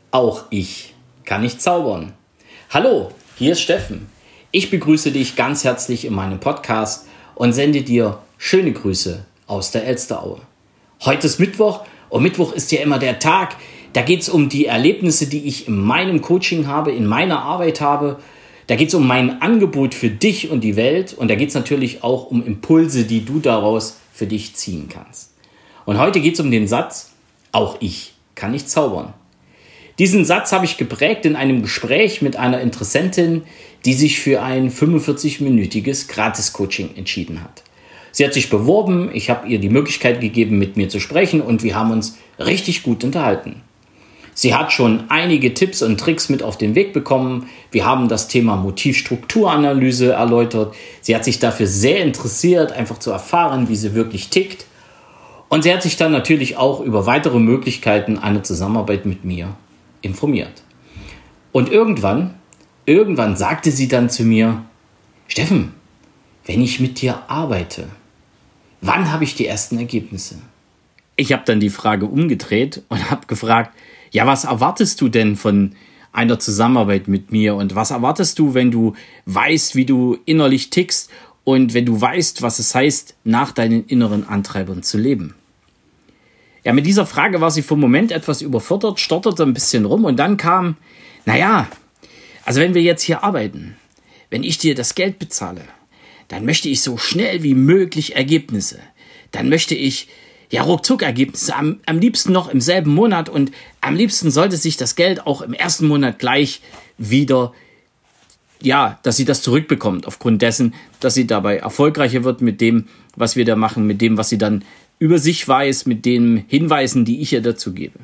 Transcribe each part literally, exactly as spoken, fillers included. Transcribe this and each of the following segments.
Auch ich kann nicht zaubern. Hallo, hier ist Steffen. Ich begrüße dich ganz herzlich in meinem Podcast und sende dir schöne Grüße aus der Elsteraue. Heute ist Mittwoch und Mittwoch ist ja immer der Tag, da geht es um die Erlebnisse, die ich in meinem Coaching habe, in meiner Arbeit habe. Da geht es um mein Angebot für dich und die Welt und da geht es natürlich auch um Impulse, die du daraus für dich ziehen kannst. Und heute geht es um den Satz, auch ich kann nicht zaubern. Diesen Satz habe ich geprägt in einem Gespräch mit einer Interessentin, die sich für ein fünfundvierzig-minütiges Gratis-Coaching entschieden hat. Sie hat sich beworben, ich habe ihr die Möglichkeit gegeben, mit mir zu sprechen und wir haben uns richtig gut unterhalten. Sie hat schon einige Tipps und Tricks mit auf den Weg bekommen. Wir haben das Thema Motivstrukturanalyse erläutert. Sie hat sich dafür sehr interessiert, einfach zu erfahren, wie sie wirklich tickt. Und sie hat sich dann natürlich auch über weitere Möglichkeiten einer Zusammenarbeit mit mir informiert. Und irgendwann, irgendwann sagte sie dann zu mir, Steffen, wenn ich mit dir arbeite, wann habe ich die ersten Ergebnisse? Ich habe dann die Frage umgedreht und habe gefragt, ja, was erwartest du denn von einer Zusammenarbeit mit mir und was erwartest du, wenn du weißt, wie du innerlich tickst und wenn du weißt, was es heißt, nach deinen inneren Antreibern zu leben? Ja, mit dieser Frage war sie für einen Moment etwas überfordert, stotterte ein bisschen rum und dann kam, naja, also wenn wir jetzt hier arbeiten, wenn ich dir das Geld bezahle, dann möchte ich so schnell wie möglich Ergebnisse. Dann möchte ich ja ruckzuck Ergebnisse, am, am liebsten noch im selben Monat und am liebsten sollte sich das Geld auch im ersten Monat gleich wieder, ja, dass sie das zurückbekommt, aufgrund dessen, dass sie dabei erfolgreicher wird mit dem, was wir da machen, mit dem, was sie dann über sich weiß, mit den Hinweisen, die ich ihr dazu gebe.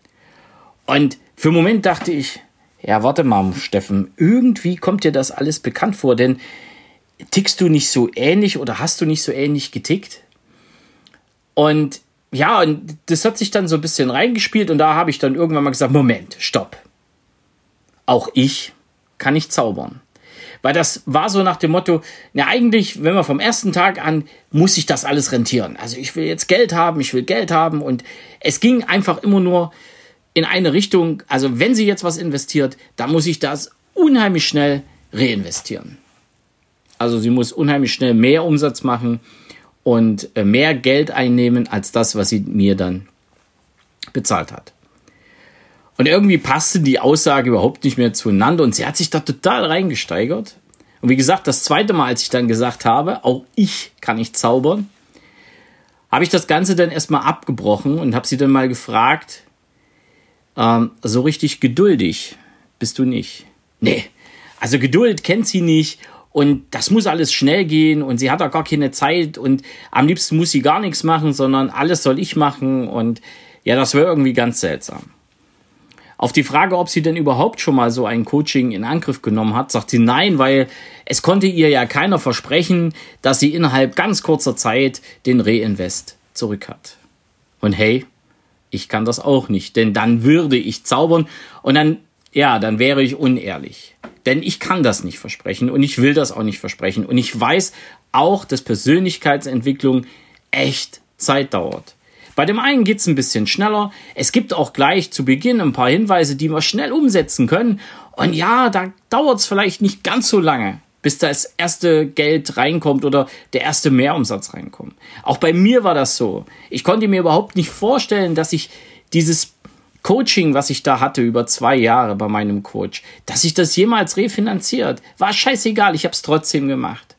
Und für einen Moment dachte ich, ja, warte mal, Steffen, irgendwie kommt dir das alles bekannt vor, denn tickst du nicht so ähnlich oder hast du nicht so ähnlich getickt? Und ja, und das hat sich dann so ein bisschen reingespielt und da habe ich dann irgendwann mal gesagt, Moment, stopp. Auch ich kann nicht zaubern. Weil das war so nach dem Motto, na eigentlich, wenn man vom ersten Tag an, muss ich das alles rentieren. Also ich will jetzt Geld haben, ich will Geld haben und es ging einfach immer nur in eine Richtung, also wenn sie jetzt was investiert, dann muss ich das unheimlich schnell reinvestieren. Also sie muss unheimlich schnell mehr Umsatz machen und mehr Geld einnehmen als das, was sie mir dann bezahlt hat. Und irgendwie passte die Aussage überhaupt nicht mehr zueinander und sie hat sich da total reingesteigert. Und wie gesagt, das zweite Mal, als ich dann gesagt habe, auch ich kann nicht zaubern, habe ich das Ganze dann erstmal abgebrochen und habe sie dann mal gefragt, ähm, so richtig geduldig bist du nicht. Nee, also Geduld kennt sie nicht und das muss alles schnell gehen und sie hat auch gar keine Zeit und am liebsten muss sie gar nichts machen, sondern alles soll ich machen und ja, das wäre irgendwie ganz seltsam. Auf die Frage, ob sie denn überhaupt schon mal so ein Coaching in Angriff genommen hat, sagt sie nein, weil es konnte ihr ja keiner versprechen, dass sie innerhalb ganz kurzer Zeit den Reinvest zurück hat. Und hey, ich kann das auch nicht, denn dann würde ich zaubern und dann, ja, dann wäre ich unehrlich. Denn ich kann das nicht versprechen und ich will das auch nicht versprechen. Und ich weiß auch, dass Persönlichkeitsentwicklung echt Zeit dauert. Bei dem einen geht es ein bisschen schneller. Es gibt auch gleich zu Beginn ein paar Hinweise, die wir schnell umsetzen können. Und ja, da dauert es vielleicht nicht ganz so lange, bis das erste Geld reinkommt oder der erste Mehrumsatz reinkommt. Auch bei mir war das so. Ich konnte mir überhaupt nicht vorstellen, dass ich dieses Coaching, was ich da hatte über zwei Jahre bei meinem Coach, dass sich das jemals refinanziert. War scheißegal, ich habe es trotzdem gemacht.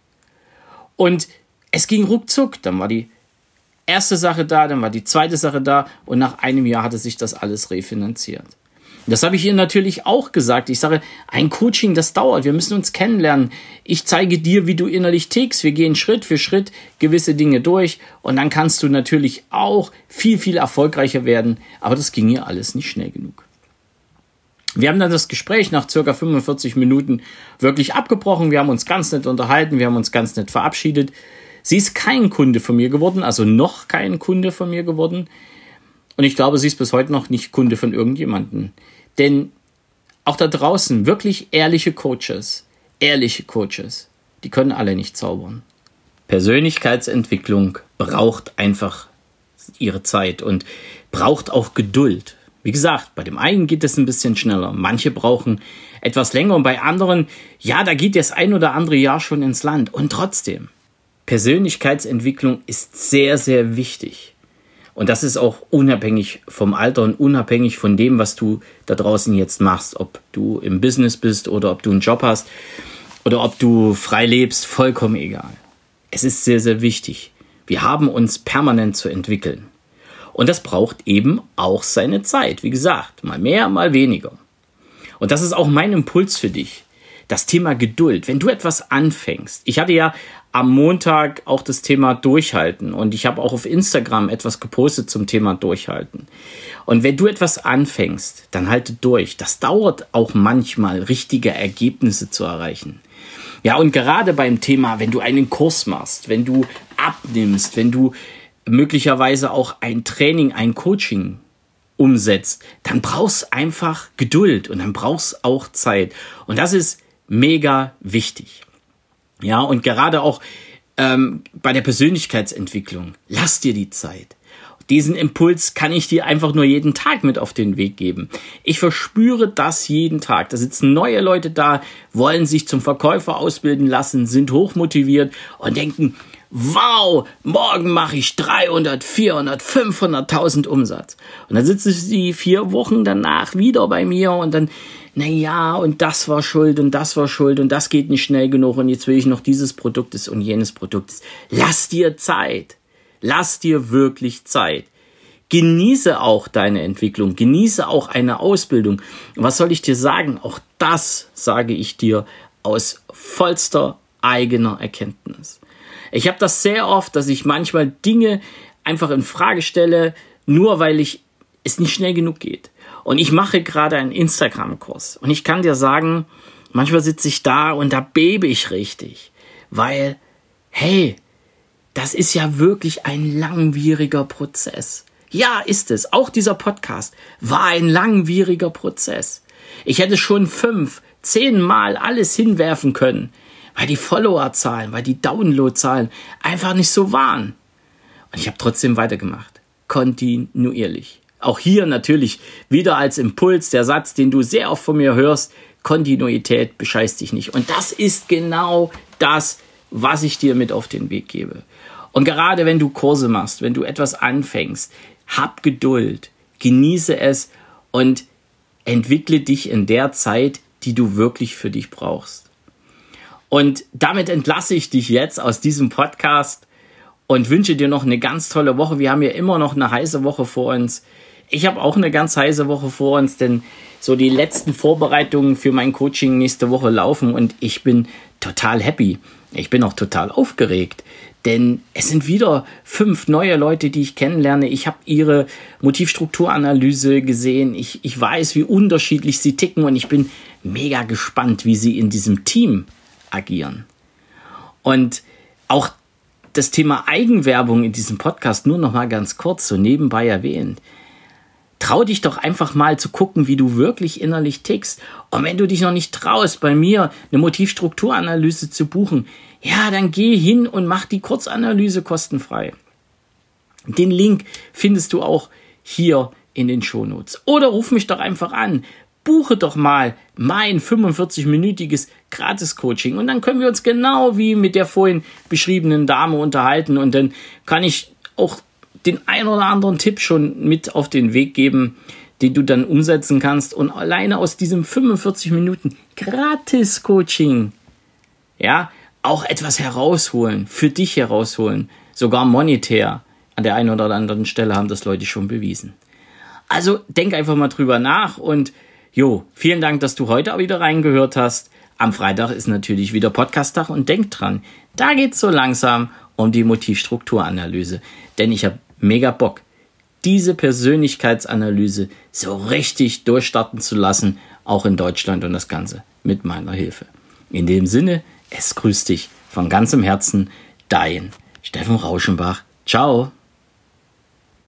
Und es ging ruckzuck, dann war die erste Sache da, dann war die zweite Sache da und nach einem Jahr hatte sich das alles refinanziert. Das habe ich ihr natürlich auch gesagt. Ich sage, ein Coaching, das dauert. Wir müssen uns kennenlernen. Ich zeige dir, wie du innerlich tickst. Wir gehen Schritt für Schritt gewisse Dinge durch und dann kannst du natürlich auch viel, viel erfolgreicher werden. Aber das ging ihr alles nicht schnell genug. Wir haben dann das Gespräch nach circa fünfundvierzig Minuten wirklich abgebrochen. Wir haben uns ganz nett unterhalten. Wir haben uns ganz nett verabschiedet. Sie ist kein Kunde von mir geworden, also noch kein Kunde von mir geworden. Und ich glaube, sie ist bis heute noch nicht Kunde von irgendjemandem. Denn auch da draußen wirklich ehrliche Coaches, ehrliche Coaches, die können alle nicht zaubern. Persönlichkeitsentwicklung braucht einfach ihre Zeit und braucht auch Geduld. Wie gesagt, bei dem einen geht es ein bisschen schneller. Manche brauchen etwas länger und bei anderen, ja, da geht das ein oder andere Jahr schon ins Land. Und trotzdem, Persönlichkeitsentwicklung ist sehr, sehr wichtig. Und das ist auch unabhängig vom Alter und unabhängig von dem, was du da draußen jetzt machst. Ob du im Business bist oder ob du einen Job hast oder ob du frei lebst, vollkommen egal. Es ist sehr, sehr wichtig. Wir haben uns permanent zu entwickeln. Und das braucht eben auch seine Zeit. Wie gesagt, mal mehr, mal weniger. Und das ist auch mein Impuls für dich. Das Thema Geduld. Wenn du etwas anfängst. Ich hatte ja am Montag auch das Thema Durchhalten. Und ich habe auch auf Instagram etwas gepostet zum Thema Durchhalten. Und wenn du etwas anfängst, dann halte durch. Das dauert auch manchmal, richtige Ergebnisse zu erreichen. Ja, und gerade beim Thema, wenn du einen Kurs machst, wenn du abnimmst, wenn du möglicherweise auch ein Training, ein Coaching umsetzt, dann brauchst du einfach Geduld und dann brauchst du auch Zeit. Und das ist mega wichtig. Ja, und gerade auch ähm, bei der Persönlichkeitsentwicklung, lass dir die Zeit. Diesen Impuls kann ich dir einfach nur jeden Tag mit auf den Weg geben. Ich verspüre das jeden Tag. Da sitzen neue Leute da, wollen sich zum Verkäufer ausbilden lassen, sind hochmotiviert und denken, wow, morgen mache ich dreihundert, vierhundert, fünfhunderttausend Umsatz. Und dann sitzen sie vier Wochen danach wieder bei mir und dann, na ja, und das war schuld und das war schuld und das geht nicht schnell genug und jetzt will ich noch dieses Produktes und jenes Produktes. Lass dir Zeit. Lass dir wirklich Zeit. Genieße auch deine Entwicklung. Genieße auch eine Ausbildung. Und was soll ich dir sagen? Auch das sage ich dir aus vollster eigener Erkenntnis. Ich habe das sehr oft, dass ich manchmal Dinge einfach in Frage stelle, nur weil ich es nicht schnell genug geht. Und ich mache gerade einen Instagram-Kurs. Und ich kann dir sagen, manchmal sitze ich da und da bebe ich richtig. Weil, hey, das ist ja wirklich ein langwieriger Prozess. Ja, ist es. Auch dieser Podcast war ein langwieriger Prozess. Ich hätte schon fünf, zehn Mal alles hinwerfen können, weil die Followerzahlen, weil die Downloadzahlen einfach nicht so waren. Und ich habe trotzdem weitergemacht. Kontinuierlich. Auch hier natürlich wieder als Impuls der Satz, den du sehr oft von mir hörst, Kontinuität bescheißt dich nicht. Und das ist genau das, was ich dir mit auf den Weg gebe. Und gerade wenn du Kurse machst, wenn du etwas anfängst, hab Geduld, genieße es und entwickle dich in der Zeit, die du wirklich für dich brauchst. Und damit entlasse ich dich jetzt aus diesem Podcast und wünsche dir noch eine ganz tolle Woche. Wir haben ja immer noch eine heiße Woche vor uns. Ich habe auch eine ganz heiße Woche vor uns, denn so die letzten Vorbereitungen für mein Coaching nächste Woche laufen und ich bin total happy. Ich bin auch total aufgeregt, denn es sind wieder fünf neue Leute, die ich kennenlerne. Ich habe ihre Motivstrukturanalyse gesehen. Ich, ich weiß, wie unterschiedlich sie ticken und ich bin mega gespannt, wie sie in diesem Team agieren. Und auch das Thema Eigenwerbung in diesem Podcast nur noch mal ganz kurz so nebenbei erwähnt. Trau dich doch einfach mal zu gucken, wie du wirklich innerlich tickst. Und wenn du dich noch nicht traust, bei mir eine Motivstrukturanalyse zu buchen, ja, dann geh hin und mach die Kurzanalyse kostenfrei. Den Link findest du auch hier in den Shownotes. Oder ruf mich doch einfach an. Buche doch mal mein fünfundvierzig-minütiges Gratis-Coaching und dann können wir uns genau wie mit der vorhin beschriebenen Dame unterhalten und dann kann ich auch den ein oder anderen Tipp schon mit auf den Weg geben, den du dann umsetzen kannst und alleine aus diesem fünfundvierzig Minuten Gratis-Coaching, ja, auch etwas herausholen, für dich herausholen, sogar monetär. An der einen oder anderen Stelle haben das Leute schon bewiesen. Also denk einfach mal drüber nach und jo, vielen Dank, dass du heute auch wieder reingehört hast. Am Freitag ist natürlich wieder Podcast-Tag und denk dran, da geht's so langsam um die Motivstrukturanalyse. Denn ich habe mega Bock, diese Persönlichkeitsanalyse so richtig durchstarten zu lassen, auch in Deutschland und das Ganze mit meiner Hilfe. In dem Sinne, es grüßt dich von ganzem Herzen, dein Steffen Rauschenbach. Ciao.